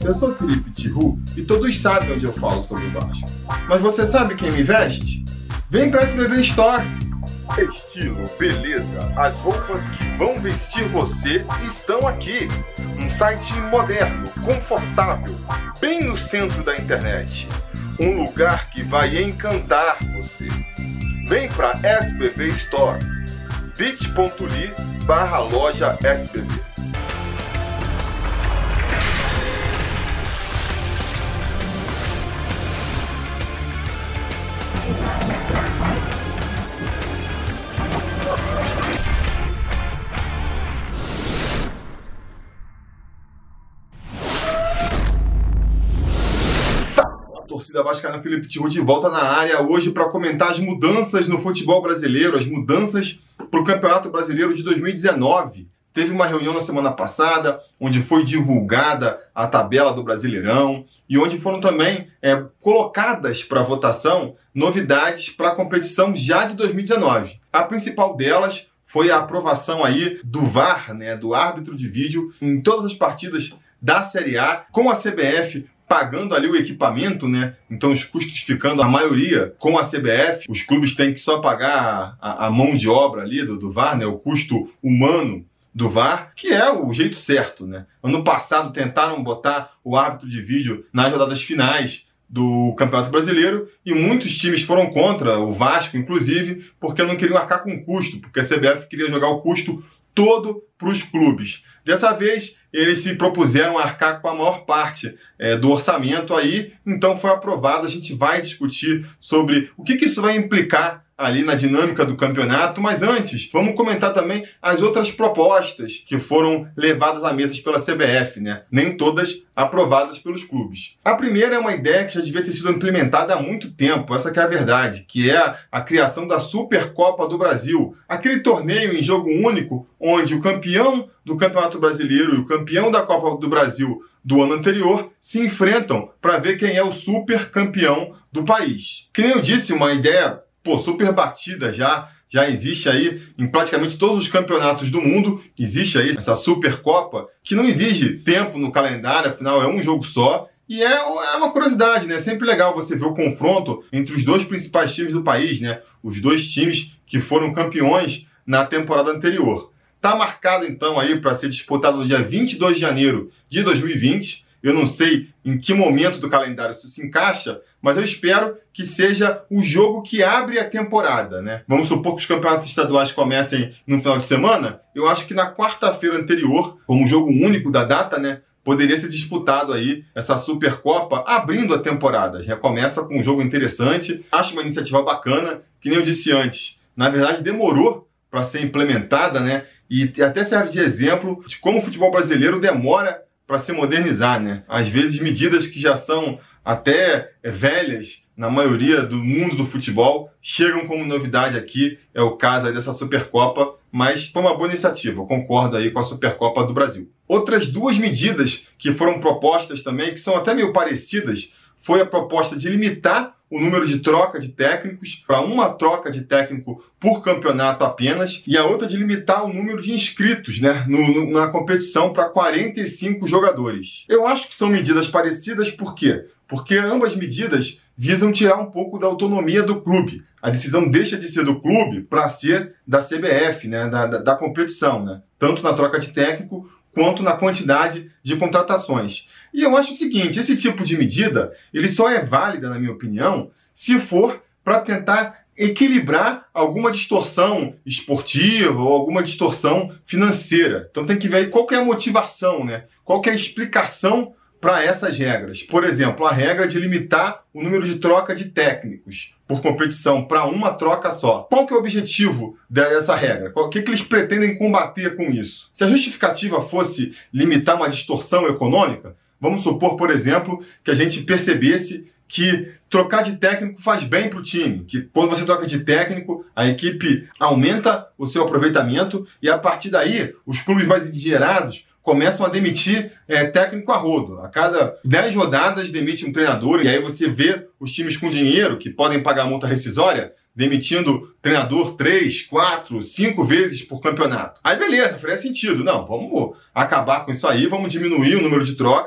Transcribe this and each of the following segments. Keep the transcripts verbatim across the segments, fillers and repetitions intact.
eu sou Felipe Tiru e todos sabem onde eu falo sobre o Vasco. Mas você sabe quem me veste? Vem pra S B V Store! Estilo, beleza, as roupas que vão vestir você estão aqui. Um site moderno, confortável, bem no centro da internet. Um lugar que vai encantar você. Vem pra S B V Store, bit.ly barra loja SBV. Torcida vascaína, Felipe Tiru de volta na área hoje para comentar as mudanças no futebol brasileiro, as mudanças para o Campeonato Brasileiro de dois mil e dezenove. Teve uma reunião na semana passada, onde foi divulgada a tabela do Brasileirão e onde foram também é, colocadas para votação novidades para a competição já de dois mil e dezenove. A principal delas foi a aprovação aí do V A R, né, do árbitro de vídeo, em todas as partidas da Série A, com a C B F pagando ali o equipamento, né? Então os custos ficando a maioria com a C B F. Os clubes têm que só pagar a, a mão de obra ali do, do V A R, né? O custo humano do V A R, que é o jeito certo, né? Ano passado tentaram botar o árbitro de vídeo nas rodadas finais do Campeonato Brasileiro e muitos times foram contra, o Vasco inclusive, porque não queriam arcar com o custo, porque a C B F queria jogar o custo todo para os clubes. Dessa vez, eles se propuseram a arcar com a maior parte é, do orçamento aí, então foi aprovado. A gente vai discutir sobre o que, que isso vai implicar ali na dinâmica do campeonato, mas antes, vamos comentar também as outras propostas que foram levadas à mesa pela C B F, né? Nem todas aprovadas pelos clubes. A primeira é uma ideia que já devia ter sido implementada há muito tempo, essa que é a verdade, que é a criação da Supercopa do Brasil, aquele torneio em jogo único, onde o campeão do Campeonato Brasileiro e o campeão da Copa do Brasil do ano anterior se enfrentam para ver quem é o super campeão do país. Que nem eu disse, uma ideia Pô, super batida já, já existe aí em praticamente todos os campeonatos do mundo, existe aí essa Supercopa, que não exige tempo no calendário, afinal é um jogo só, e é, é uma curiosidade, né? É sempre legal você ver o confronto entre os dois principais times do país, né? Os dois times que foram campeões na temporada anterior. Tá marcado então aí para ser disputado no dia vinte e dois de janeiro de dois mil e vinte, eu não sei em que momento do calendário isso se encaixa, mas eu espero que seja o jogo que abre a temporada, né? Vamos supor que os campeonatos estaduais comecem no final de semana. Eu acho que na quarta-feira anterior, como jogo único da data, né, poderia ser disputado aí essa Supercopa abrindo a temporada. Já começa com um jogo interessante. Acho uma iniciativa bacana, que nem eu disse antes. Na verdade, demorou para ser implementada, né? E até serve de exemplo de como o futebol brasileiro demora para se modernizar, né? Às vezes medidas que já são até velhas na maioria do mundo do futebol chegam como novidade aqui, é o caso aí dessa Supercopa, mas foi uma boa iniciativa, eu concordo aí com a Supercopa do Brasil. Outras duas medidas que foram propostas também, que são até meio parecidas, foi a proposta de limitar o número de troca de técnicos para uma troca de técnico por campeonato apenas, e a outra de limitar o número de inscritos, né, no, no, na competição para quarenta e cinco jogadores. Eu acho que são medidas parecidas, por quê? Porque ambas medidas visam tirar um pouco da autonomia do clube. A decisão deixa de ser do clube para ser da C B F, né, da, da, da competição, né, tanto na troca de técnico quanto na quantidade de contratações. E eu acho o seguinte, esse tipo de medida, ele só é válida, na minha opinião, se for para tentar equilibrar alguma distorção esportiva ou alguma distorção financeira. Então tem que ver aí qual que é a motivação, né? Qual que é a explicação para essas regras. Por exemplo, a regra de limitar o número de troca de técnicos por competição para uma troca só. Qual que é o objetivo dessa regra? O que, que eles pretendem combater com isso? Se a justificativa fosse limitar uma distorção econômica, vamos supor, por exemplo, que a gente percebesse que trocar de técnico faz bem para o time, que quando você troca de técnico, a equipe aumenta o seu aproveitamento e a partir daí os clubes mais endinheirados começam a demitir é, técnico a rodo. A cada dez rodadas demite um treinador e aí você vê os times com dinheiro que podem pagar multa rescisória demitindo treinador três, quatro, cinco vezes por campeonato. Aí beleza, faria sentido. Não, vamos acabar com isso aí, vamos diminuir o número de trocas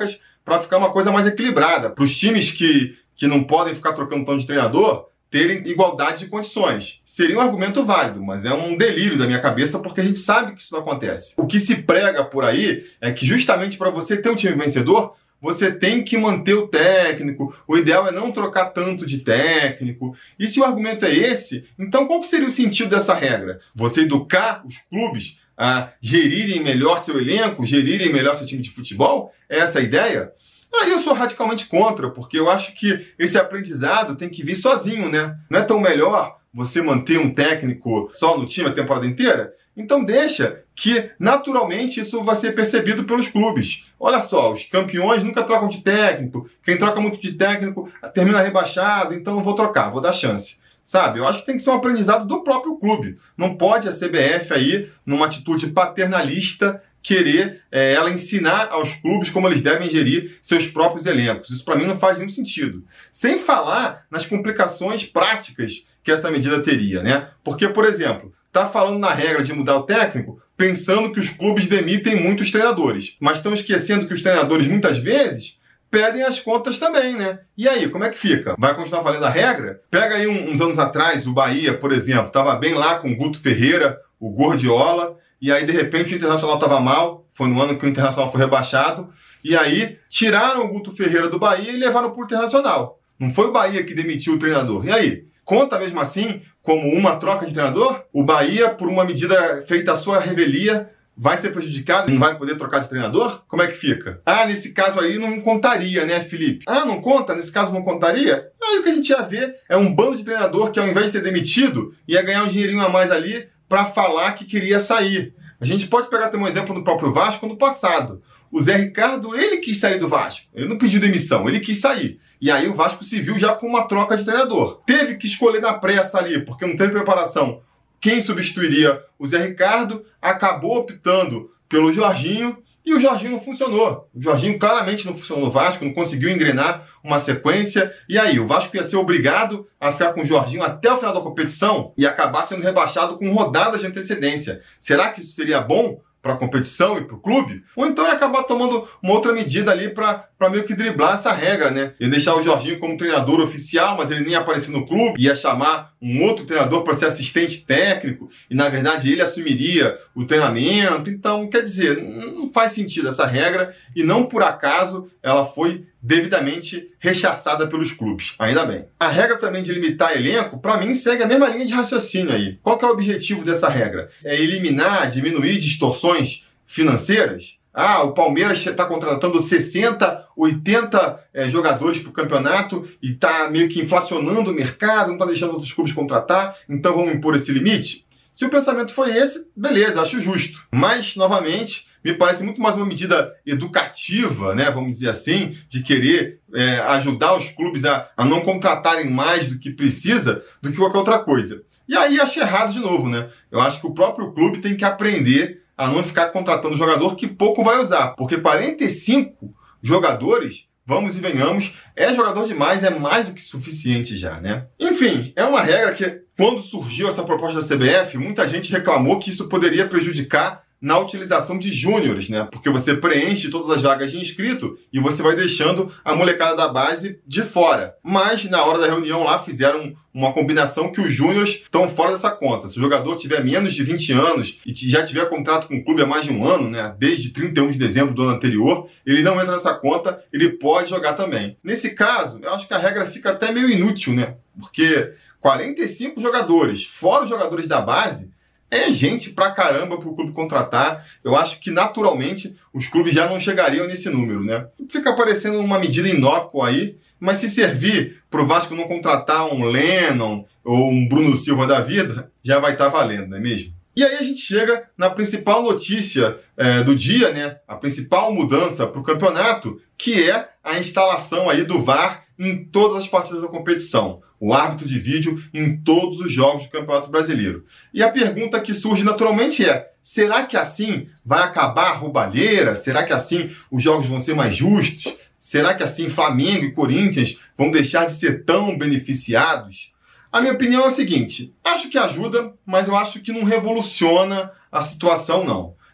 para ficar uma coisa mais equilibrada, para os times que, que não podem ficar trocando tanto de treinador terem igualdade de condições. Seria um argumento válido, mas é um delírio da minha cabeça porque a gente sabe que isso não acontece. O que se prega por aí é que justamente para você ter um time vencedor, você tem que manter o técnico, o ideal é não trocar tanto de técnico. E se o argumento é esse, então qual que seria o sentido dessa regra? Você educar os clubes a gerirem melhor seu elenco, gerirem melhor seu time de futebol? É essa a ideia? Aí eu sou radicalmente contra, porque eu acho que esse aprendizado tem que vir sozinho, né? Não é tão melhor você manter um técnico só no time a temporada inteira? Então deixa que, naturalmente, isso vai ser percebido pelos clubes. Olha só, os campeões nunca trocam de técnico. Quem troca muito de técnico termina rebaixado, então não vou trocar, vou dar chance. Sabe? Eu acho que tem que ser um aprendizado do próprio clube. Não pode a C B F aí, numa atitude paternalista, querer é, ela ensinar aos clubes como eles devem gerir seus próprios elencos. Isso para mim não faz nenhum sentido. Sem falar nas complicações práticas que essa medida teria, né? Porque, por exemplo, está falando na regra de mudar o técnico, pensando que os clubes demitem muitos treinadores. Mas estão esquecendo que os treinadores, muitas vezes, pedem as contas também, né? E aí, como é que fica? Vai continuar valendo a regra? Pega aí uns anos atrás, o Bahia, por exemplo, estava bem lá com o Guto Ferreira, o Gordiola, e aí, de repente, o Internacional estava mal, foi no ano que o Internacional foi rebaixado, e aí tiraram o Guto Ferreira do Bahia e levaram para o Internacional. Não foi o Bahia que demitiu o treinador. E aí? Conta mesmo assim como uma troca de treinador? O Bahia, por uma medida feita à sua revelia, vai ser prejudicado? Não vai poder trocar de treinador? Como é que fica? Ah, nesse caso aí não contaria, né, Felipe? Ah, não conta? Nesse caso não contaria? Aí o que a gente ia ver é um bando de treinador que, ao invés de ser demitido, ia ganhar um dinheirinho a mais ali para falar que queria sair. A gente pode pegar também um exemplo do próprio Vasco no passado. O Zé Ricardo, ele quis sair do Vasco. Ele não pediu demissão, ele quis sair. E aí o Vasco se viu já com uma troca de treinador. Teve que escolher na pressa ali, porque não teve preparação. Quem substituiria o Zé Ricardo acabou optando pelo Jorginho, e o Jorginho não funcionou. O Jorginho claramente não funcionou no Vasco, não conseguiu engrenar uma sequência. E aí, o Vasco ia ser obrigado a ficar com o Jorginho até o final da competição e acabar sendo rebaixado com rodadas de antecedência. Será que isso seria bom para a competição e para o clube? Ou então ia acabar tomando uma outra medida ali para meio que driblar essa regra, né? E deixar o Jorginho como treinador oficial, mas ele nem ia aparecer no clube, ia chamar um outro treinador para ser assistente técnico, e na verdade ele assumiria o treinamento. Então, quer dizer, não faz sentido essa regra, e não por acaso ela foi devidamente rechaçada pelos clubes. Ainda bem. A regra também de limitar elenco, para mim, segue a mesma linha de raciocínio aí. Qual que é o objetivo dessa regra? É eliminar, diminuir distorções financeiras? Ah, o Palmeiras está contratando sessenta, oitenta é, jogadores para o campeonato e está meio que inflacionando o mercado, não está deixando outros clubes contratar, então vamos impor esse limite? Se o pensamento foi esse, beleza, acho justo. Mas, novamente, me parece muito mais uma medida educativa, né, vamos dizer assim, de querer é, ajudar os clubes a, a não contratarem mais do que precisa, do que qualquer outra coisa. E aí acho errado de novo, né? Eu acho que o próprio clube tem que aprender a não ficar contratando jogador que pouco vai usar. Porque quarenta e cinco jogadores, vamos e venhamos, é jogador demais, é mais do que suficiente já, né? Enfim, é uma regra que, quando surgiu essa proposta da C B F, muita gente reclamou que isso poderia prejudicar na utilização de júniores, né? Porque você preenche todas as vagas de inscrito e você vai deixando a molecada da base de fora. Mas, na hora da reunião lá, fizeram uma combinação que os júniores estão fora dessa conta. Se o jogador tiver menos de vinte anos e já tiver contrato com o clube há mais de um ano, né? Desde trinta e um de dezembro do ano anterior, ele não entra nessa conta, ele pode jogar também. Nesse caso, eu acho que a regra fica até meio inútil, né? Porque quarenta e cinco jogadores, fora os jogadores da base, é gente pra caramba pro clube contratar. Eu acho que, naturalmente, os clubes já não chegariam nesse número, né? Fica parecendo uma medida inócua aí, mas se servir pro Vasco não contratar um Lennon ou um Bruno Silva da vida, já vai estar valendo, não é mesmo? E aí a gente chega na principal notícia é, do dia, né? A principal mudança pro campeonato, que é a instalação aí do V A R em todas as partidas da competição. O árbitro de vídeo em todos os jogos do Campeonato Brasileiro. E a pergunta que surge naturalmente é: será que assim vai acabar a roubalheira? Será que assim os jogos vão ser mais justos? Será que assim Flamengo e Corinthians vão deixar de ser tão beneficiados? A minha opinião é o seguinte: acho que ajuda, mas eu acho que não revoluciona a situação, não.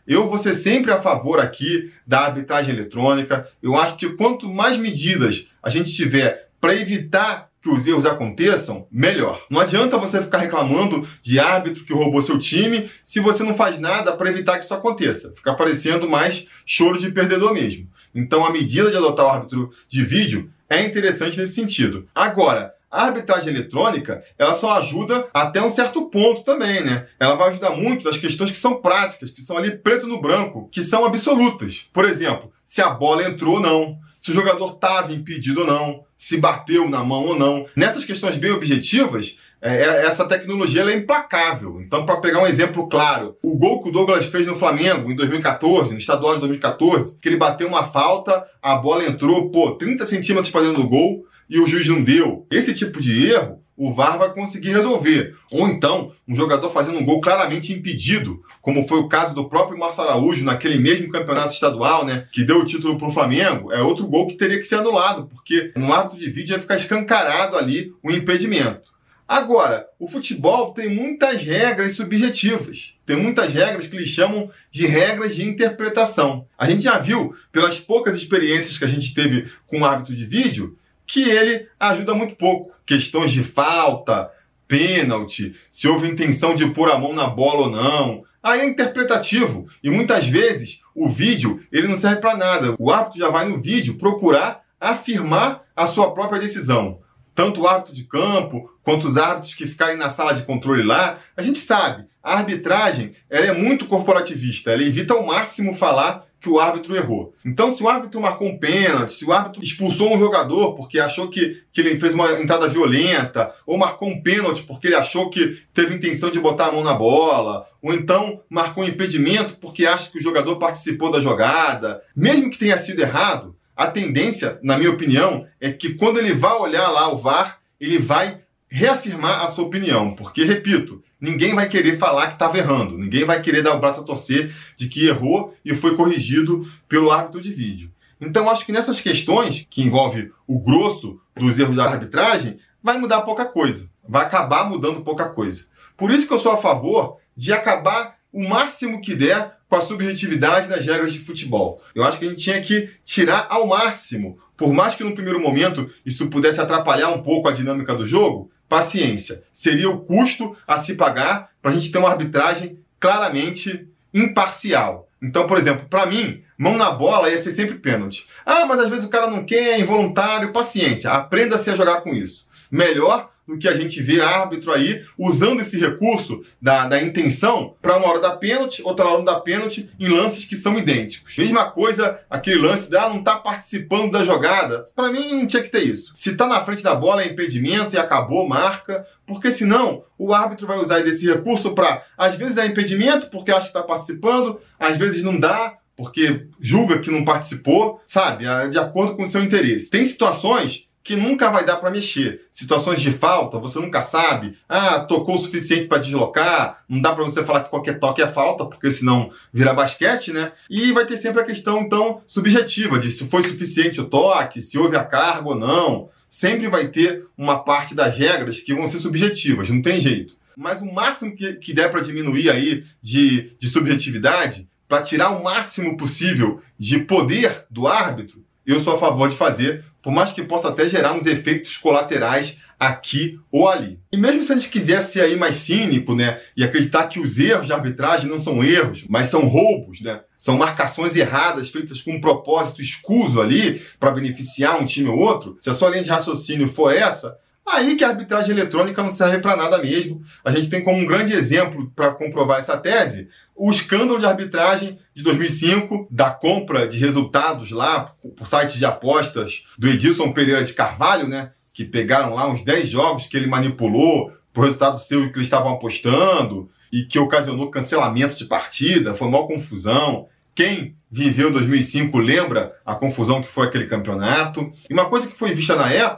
Eu vou ser sempre a favor aqui da arbitragem eletrônica. Eu acho que quanto mais medidas a gente tiver para evitar que os erros aconteçam, melhor. Não adianta você ficar reclamando de árbitro que roubou seu time se você não faz nada para evitar que isso aconteça. Fica parecendo mais choro de perdedor mesmo. Então a medida de adotar o árbitro de vídeo é interessante nesse sentido. Agora, a arbitragem eletrônica, ela só ajuda até um certo ponto também, né? Ela vai ajudar muito nas questões que são práticas, que são ali preto no branco, que são absolutas. Por exemplo, se a bola entrou ou não, se o jogador estava impedido ou não, se bateu na mão ou não. Nessas questões bem objetivas, é, essa tecnologia ela é implacável. Então, para pegar um exemplo claro, o gol que o Douglas fez no Flamengo em dois mil e quatorze, no estadual de dois mil e quatorze, que ele bateu uma falta, a bola entrou, pô, trinta centímetros para dentro do gol, e o juiz não deu. Esse tipo de erro, o V A R vai conseguir resolver. Ou então, um jogador fazendo um gol claramente impedido, como foi o caso do próprio Márcio Araújo naquele mesmo campeonato estadual, né, que deu o título para o Flamengo, é outro gol que teria que ser anulado, porque no árbitro de vídeo ia ficar escancarado ali o impedimento. Agora, o futebol tem muitas regras subjetivas. Tem muitas regras que eles chamam de regras de interpretação. A gente já viu, pelas poucas experiências que a gente teve com o árbitro de vídeo, que ele ajuda muito pouco. Questões de falta, pênalti, se houve intenção de pôr a mão na bola ou não. Aí é interpretativo. E muitas vezes o vídeo ele não serve para nada. O árbitro já vai no vídeo procurar afirmar a sua própria decisão. Tanto o árbitro de campo, quanto os árbitros que ficarem na sala de controle lá. A gente sabe, a arbitragem ela é muito corporativista. Ela evita ao máximo falar que o árbitro errou. Então, se o árbitro marcou um pênalti, se o árbitro expulsou um jogador porque achou que, que ele fez uma entrada violenta, ou marcou um pênalti porque ele achou que teve intenção de botar a mão na bola, ou então marcou um impedimento porque acha que o jogador participou da jogada, mesmo que tenha sido errado, a tendência, na minha opinião, é que quando ele vai olhar lá o V A R, ele vai reafirmar a sua opinião, porque, repito, ninguém vai querer falar que estava errando, ninguém vai querer dar o braço a torcer de que errou e foi corrigido pelo árbitro de vídeo. Então, acho que nessas questões, que envolve o grosso dos erros da arbitragem, vai mudar pouca coisa, vai acabar mudando pouca coisa. Por isso que eu sou a favor de acabar o máximo que der com a subjetividade das regras de futebol. Eu acho que a gente tinha que tirar ao máximo, por mais que no primeiro momento isso pudesse atrapalhar um pouco a dinâmica do jogo, paciência. Seria o custo a se pagar para a gente ter uma arbitragem claramente imparcial. Então, por exemplo, para mim, mão na bola ia ser sempre pênalti. Ah, mas às vezes o cara não quer, é involuntário. Paciência, aprenda-se a jogar com isso. Melhor do que a gente vê árbitro aí usando esse recurso da, da intenção para uma hora dar pênalti, outra hora não dar pênalti em lances que são idênticos. Mesma coisa, aquele lance de ah, não tá participando da jogada. Para mim não tinha que ter isso. Se tá na frente da bola é impedimento e acabou, marca, porque senão o árbitro vai usar desse recurso para às vezes é impedimento porque acha que está participando, às vezes não dá porque julga que não participou, sabe? De acordo com o seu interesse. Tem situações que nunca vai dar para mexer. Situações de falta, você nunca sabe. Ah, tocou o suficiente para deslocar. Não dá para você falar que qualquer toque é falta, porque senão vira basquete, né? E vai ter sempre a questão, então, subjetiva, de se foi suficiente o toque, se houve a carga ou não. Sempre vai ter uma parte das regras que vão ser subjetivas, não tem jeito. Mas o máximo que, que der para diminuir aí de, de subjetividade, para tirar o máximo possível de poder do árbitro, eu sou a favor de fazer, por mais que possa até gerar uns efeitos colaterais aqui ou ali. E mesmo se a gente quisesse ser aí mais cínico, né, e acreditar que os erros de arbitragem não são erros, mas são roubos, né, são marcações erradas feitas com um propósito escuso ali para beneficiar um time ou outro, se a sua linha de raciocínio for essa, aí que a arbitragem eletrônica não serve para nada mesmo. A gente tem como um grande exemplo para comprovar essa tese o escândalo de arbitragem de dois mil e cinco, da compra de resultados lá por sites de apostas do Edilson Pereira de Carvalho, né, que pegaram lá uns dez jogos que ele manipulou por resultado seu que eles estavam apostando e que ocasionou cancelamento de partida, foi uma confusão. Quem viveu dois mil e cinco lembra a confusão que foi aquele campeonato. E uma coisa que foi vista na época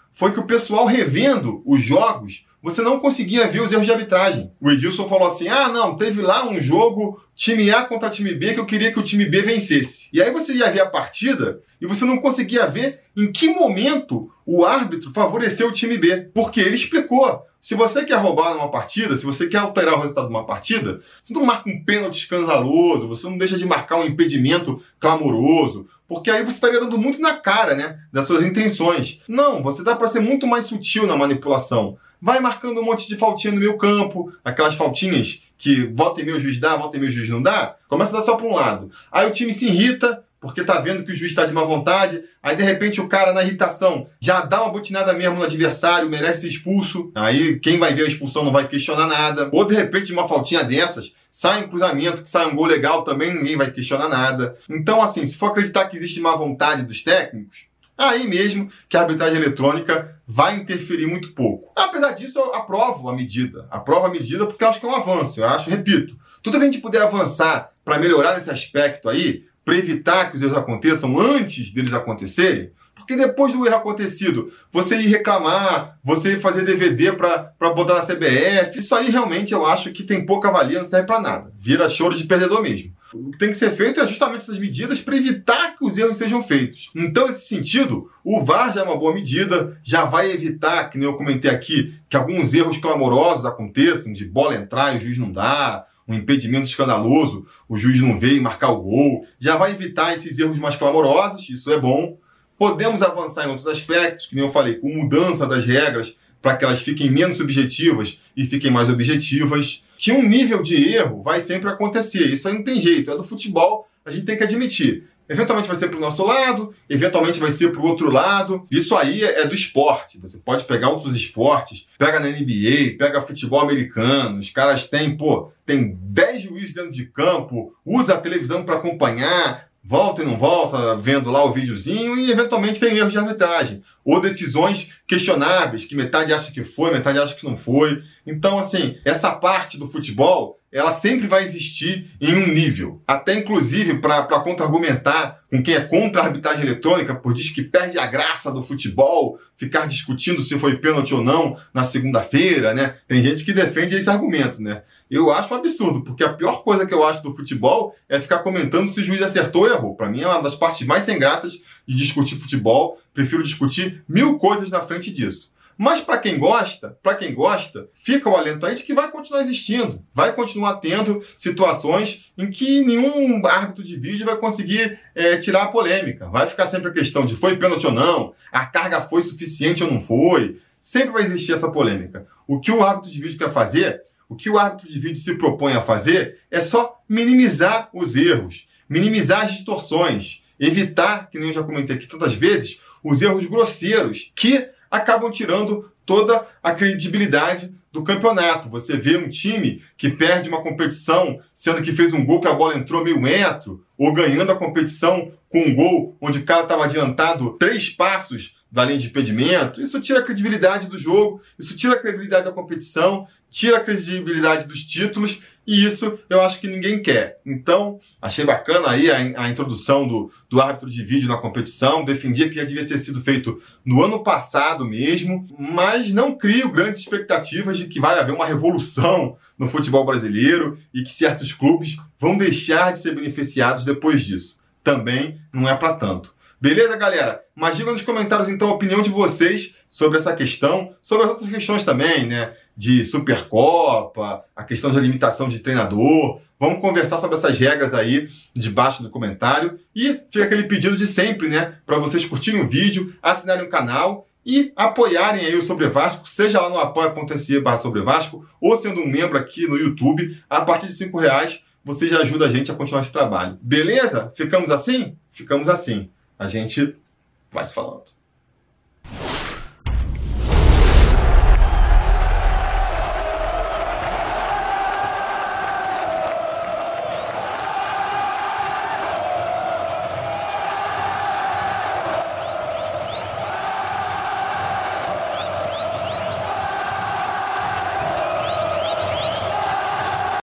foi que o pessoal revendo os jogos, você não conseguia ver os erros de arbitragem. O Edilson falou assim, ah, não, teve lá um jogo time A contra time B que eu queria que o time B vencesse. E aí você ia ver a partida e você não conseguia ver em que momento o árbitro favoreceu o time B. Porque ele explicou. Se você quer roubar numa partida, se você quer alterar o resultado de uma partida, você não marca um pênalti escandaloso, você não deixa de marcar um impedimento clamoroso, porque aí você estaria dando muito na cara, né, das suas intenções. Não, você dá para ser muito mais sutil na manipulação. Vai marcando um monte de faltinha no meio campo, aquelas faltinhas que volta e meio o juiz dá, volta e meio o juiz não dá, começa a dar só para um lado. Aí o time se irrita, porque tá vendo que o juiz está de má vontade, aí de repente o cara na irritação já dá uma butinada mesmo no adversário, merece ser expulso, aí quem vai ver a expulsão não vai questionar nada, ou de repente uma faltinha dessas, sai um cruzamento, que sai um gol legal também, ninguém vai questionar nada. Então assim, se for acreditar que existe má vontade dos técnicos, aí mesmo que a arbitragem eletrônica vai interferir muito pouco. Apesar disso, eu aprovo a medida, aprovo a medida porque eu acho que é um avanço, eu acho, repito, tudo que a gente puder avançar para melhorar esse aspecto aí, para evitar que os erros aconteçam antes deles acontecerem, porque depois do erro acontecido, você ir reclamar, você ir fazer D V D para botar na C B F, isso aí realmente eu acho que tem pouca valia, não serve para nada. Vira choro de perdedor mesmo. O que tem que ser feito é justamente essas medidas para evitar que os erros sejam feitos. Então, nesse sentido, o V A R já é uma boa medida, já vai evitar, que nem eu comentei aqui, que alguns erros clamorosos aconteçam, de bola entrar e o juiz não dá, um impedimento escandaloso, o juiz não veio marcar o gol, já vai evitar esses erros mais clamorosos, isso é bom. Podemos avançar em outros aspectos, que nem eu falei, com mudança das regras, para que elas fiquem menos subjetivas e fiquem mais objetivas. Que um nível de erro vai sempre acontecer, isso aí não tem jeito, é do futebol, a gente tem que admitir. Eventualmente vai ser para o nosso lado, eventualmente vai ser para o outro lado. Isso aí é do esporte. Você pode pegar outros esportes, pega na N B A, pega futebol americano. Os caras têm, pô, tem dez juízes dentro de campo, usa a televisão para acompanhar, volta e não volta, vendo lá o videozinho, e eventualmente tem erros de arbitragem. Ou decisões questionáveis, que metade acha que foi, metade acha que não foi. Então, assim, essa parte do futebol, ela sempre vai existir em um nível. Até, inclusive, para contra-argumentar com quem é contra a arbitragem eletrônica, por diz que perde a graça do futebol, ficar discutindo se foi pênalti ou não na segunda-feira, né? Tem gente que defende esse argumento, né? Eu acho um absurdo, porque a pior coisa que eu acho do futebol é ficar comentando se o juiz acertou ou errou. Para mim é uma das partes mais sem graças de discutir futebol. Prefiro discutir mil coisas na frente disso. Mas para quem gosta, para quem gosta, fica o alento aí de que vai continuar existindo. Vai continuar tendo situações em que nenhum árbitro de vídeo vai conseguir é, tirar a polêmica. Vai ficar sempre a questão de foi pênalti ou não, a carga foi suficiente ou não foi. Sempre vai existir essa polêmica. O que o árbitro de vídeo quer fazer, o que o árbitro de vídeo se propõe a fazer é só minimizar os erros, minimizar as distorções, evitar, que nem eu já comentei aqui tantas vezes, os erros grosseiros que acabam tirando toda a credibilidade do campeonato. Você vê um time que perde uma competição, sendo que fez um gol que a bola entrou meio metro, ou ganhando a competição com um gol onde o cara estava adiantado três passos da linha de impedimento. Isso tira a credibilidade do jogo, isso tira a credibilidade da competição, tira a credibilidade dos títulos, e isso eu acho que ninguém quer. Então, achei bacana aí a, a introdução do, do árbitro de vídeo na competição, defendia que já devia ter sido feito no ano passado mesmo, mas não crio grandes expectativas de que vai haver uma revolução no futebol brasileiro e que certos clubes vão deixar de ser beneficiados depois disso. Também não é para tanto. Beleza, galera? Mas digam nos comentários, então, a opinião de vocês sobre essa questão, sobre as outras questões também, né? De Supercopa, a questão da limitação de treinador. Vamos conversar sobre essas regras aí debaixo do comentário. E fica aquele pedido de sempre, né? Para vocês curtirem o vídeo, assinarem o canal e apoiarem aí o Sobre Vasco, seja lá no apoia.se barra Sobre Vasco, ou sendo um membro aqui no YouTube. A partir de cinco reais, você já ajuda a gente a continuar esse trabalho. Beleza? Ficamos assim? Ficamos assim. A gente vai se falando.